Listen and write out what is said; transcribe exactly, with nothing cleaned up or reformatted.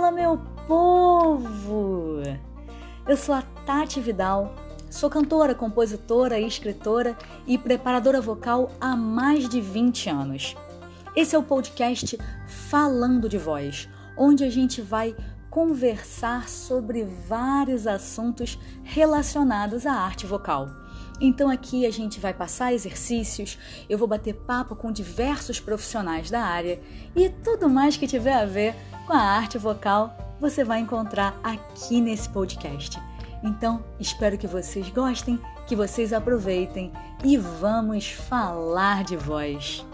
Fala, meu povo! Eu sou a Tati Vidal, sou cantora, compositora, escritora e preparadora vocal há mais de vinte anos. Esse é o podcast Falando de Voz, onde a gente vai conversar sobre vários assuntos relacionados à arte vocal. Então aqui a gente vai passar exercícios, eu vou bater papo com diversos profissionais da área e tudo mais que tiver a ver com a arte vocal você vai encontrar aqui nesse podcast. Então espero que vocês gostem, que vocês aproveitem e vamos falar de voz.